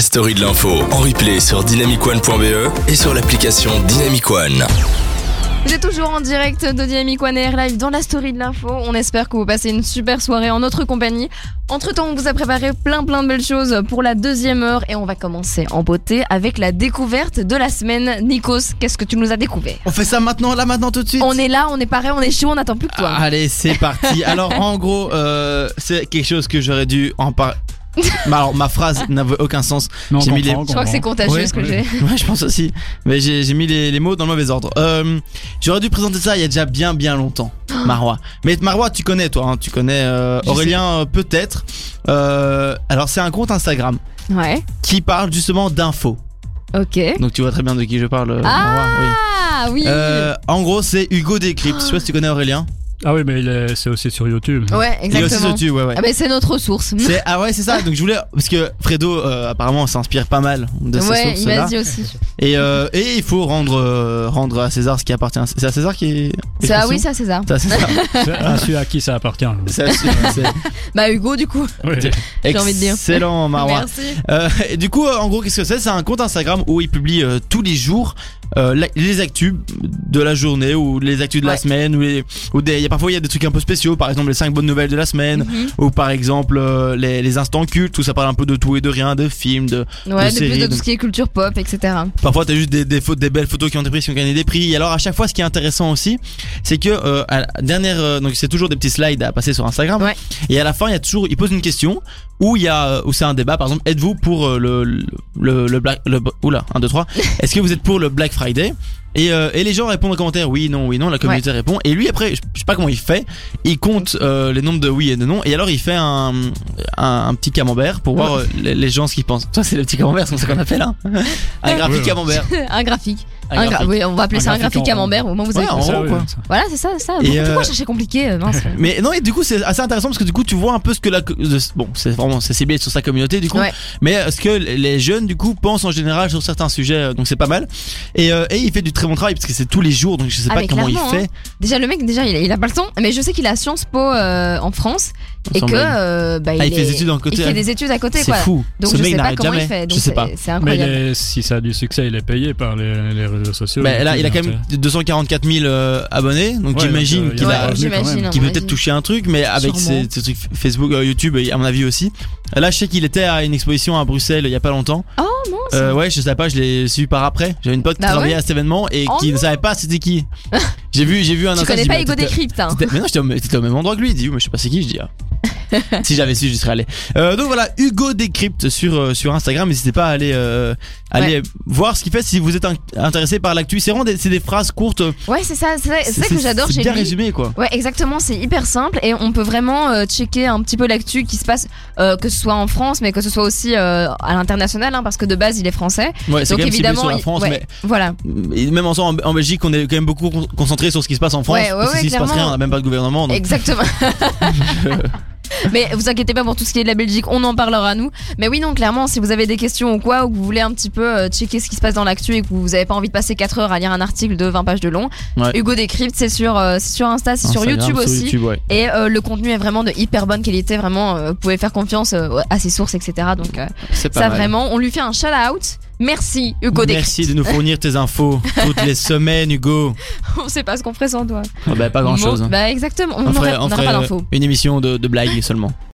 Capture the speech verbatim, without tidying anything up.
La story de l'info en replay sur dynamic one point b e et sur l'application Dynamic One. Vous êtes toujours en direct de Dynamic One Air Live dans la story de l'info. On espère que vous passez une super soirée en notre compagnie. Entre temps, on vous a préparé plein plein de belles choses pour la deuxième heure et on va commencer en beauté avec la découverte de la semaine. Nikos, qu'est-ce que tu nous as découvert? On fait ça maintenant, là maintenant tout de suite. On est là, on est pareil, on est chaud, on n'attend plus que toi. Ah, allez, c'est parti. Alors en gros, euh, c'est quelque chose que j'aurais dû en parler. Alors ma phrase n'avait aucun sens. Non, j'ai on mis les... comprend, on Je crois que c'est contagieux Ouais, ce que ouais. j'ai. Ouais, je pense aussi. Mais j'ai, j'ai mis les, les mots dans le mauvais ordre. Euh, j'aurais dû présenter ça il y a déjà bien bien longtemps, Marois. Mais Marois, tu connais toi, hein, tu connais euh, Je Aurélien euh, peut-être. Euh, alors c'est un compte Instagram Ouais, qui parle justement d'infos. ok. Donc tu vois très bien de qui je parle. euh, Marois, oui. Ah oui, Euh, en gros, c'est Hugo Décrypte. Je sais pas si tu connais Aurélien. Ah oui, mais il est- c'est aussi sur YouTube. Ouais, Il est aussi exactement. dessus, ouais, ouais. Ah bah c'est notre source. C'est, ah ouais, c'est ça. Donc je voulais, parce que Fredo euh, apparemment s'inspire pas mal de ces Ouais, il sources-là. m'a dit aussi. Et, euh, et il faut rendre, euh, rendre à César ce qui appartient. à- C'est à César qui est. C'est, ah oui, ça c'est ça. C'est à César. C'est à celui à qui ça appartient. C'est à César, c'est Bah Hugo du coup. Oui. J'ai envie de dire. excellent, Marois. Merci. Euh, et du coup, euh, en gros, qu'est-ce que c'est? C'est un compte Instagram où il publie euh, tous les jours euh, la- les actus de la journée ou les actus de la Ouais. semaine ou les, ou des, il y a parfois il y a des trucs un peu spéciaux, par exemple les cinq bonnes nouvelles de la semaine. Mhm. Ou par exemple euh, les, les instants cultes où ça parle un peu de tout et de rien, de films, de, Ouais, de de séries, plus de tout donc- ce qui est culture pop, et cetera. parfois t'as juste des, des, fautes, des belles photos qui ont été prises, qui ont gagné des prix. Et alors à chaque fois, ce qui est intéressant aussi, c'est que euh, à la dernière, euh, donc c'est toujours des petits slides à passer sur Instagram. Ouais. Et à la fin, il y a toujours, il pose une question où il y a, euh, où c'est un débat. Par exemple, êtes-vous pour euh, le le le, le Black, le, oula, un, deux, trois. Est-ce que vous êtes pour le Black Friday? Et, euh, et les gens répondent en commentaire oui, non, oui, non. La communauté répond. Et lui après, je je sais pas comment il fait. Il compte euh, les nombres de oui et de non. Et alors il fait un un, un petit camembert pour voir euh, les, les gens ce qu'ils pensent. Ça c'est le petit camembert, c'est comme ça qu'on appelle hein. Un graphique Ouais, ouais. camembert. Un graphique. Un Un gra- graphique. oui, on va appeler Un ça un graphique graphique en- camembert au moment où vous Ouais, avez en Ça, gros, oui, quoi. ça. Voilà, c'est ça, ça. Et, Pourquoi euh, chercher compliqué euh, mince. Mais non, et du coup c'est assez intéressant parce que du coup tu vois un peu ce que la co- de- bon c'est vraiment c'est ciblé sur sa communauté du coup, Ouais. mais euh, ce que les jeunes du coup pensent en général sur certains sujets, euh, donc c'est pas mal. Et, euh, et il fait du très bon travail parce que c'est tous les jours, donc je sais Ah, pas mais comment il clairement, fait. Déjà le mec, déjà il a, il a pas le temps, mais je sais qu'il a Sciences Po euh, en France et Ensemble. que euh, bah, Ah, il est- fait des études en côté, il fait hein. des études à côté C'est quoi. fou. Donc Ce je mec sais pas n'arrête comment jamais. il fait. Donc Je sais c'est- pas. C'est Mais il incroyable. est- si ça a du succès, il est payé par les, les réseaux sociaux. Bah, là, il a quand YouTube, même hein, deux cent quarante-quatre mille euh, abonnés, donc Ouais, j'imagine donc, euh, qu'il il a, a- Ouais, j'imagine. qui à peut mon peut-être avis. toucher un truc, mais avec Sûrement. ses, ses trucs Facebook, euh, YouTube, à mon avis aussi. Là, je sais qu'il était à une exposition à Bruxelles il y a pas longtemps. Oh non. Euh, ouais, je sais pas, je l'ai su par après. J'avais une pote qui Bah travaillait ouais. à cet événement et Oh qui ne non. savait pas c'était qui. J'ai vu, j'ai vu un Tu instant, connais je dis, pas mais Hugo t'étais- Décrypte hein. t'étais- Mais non, j'étais au, t'étais au même endroit que lui. Il dit, oui, mais je sais pas c'est qui. Je dis, ah. Si j'avais su, j'y serais allé. Euh, donc voilà, Hugo Décrypte sur euh, sur Instagram. N'hésitez pas à aller euh, aller voir ce qu'il fait si vous êtes in- intéressé par l'actu. C'est vraiment des, c'est des phrases courtes. Ouais, c'est ça, c'est ça, c'est ça que j'adore c'est chez bien lui. résumé quoi. Ouais, exactement, c'est hyper simple et on peut vraiment euh, checker un petit peu l'actu qui se passe, euh, que ce soit en France, mais que ce soit aussi euh, à l'international, hein, parce que de base il est français. Ouais, c'est Donc quand même ciblé évidemment, sur la il- France, ouais, mais voilà. et même en, en, en Belgique, on est quand même beaucoup con- concentré sur ce qui se passe en France. Ouais, ouais, parce que ouais, s'il se passe clairement. rien, on a même pas de gouvernement. Donc... Exactement. Mais vous inquiétez pas pour tout ce qui est de la Belgique, on en parlera nous. Mais oui, non, clairement, si vous avez des questions ou quoi, ou que vous voulez un petit peu euh, checker ce qui se passe dans l'actu et que vous avez pas envie de passer quatre heures à lire un article de vingt pages de long, Ouais. Hugo Décrypte, c'est sur, euh, c'est sur Insta, c'est sur Instagram, YouTube aussi. YouTube, ouais. Et euh, le contenu est vraiment de hyper bonne qualité, vraiment, euh, vous pouvez faire confiance euh, à ses sources, et cetera. Donc euh, C'est pas ça mal. vraiment, on lui fait un shout out. Merci Hugo Décrypte. Merci de nous fournir tes infos toutes les semaines, Hugo. On sait pas ce qu'on ferait sans toi. Oh, bah, pas grand chose. Bon, bah exactement, on On ferait, n'aurait on on n'aurait ferait pas d'infos. une émission de, de blagues seulement.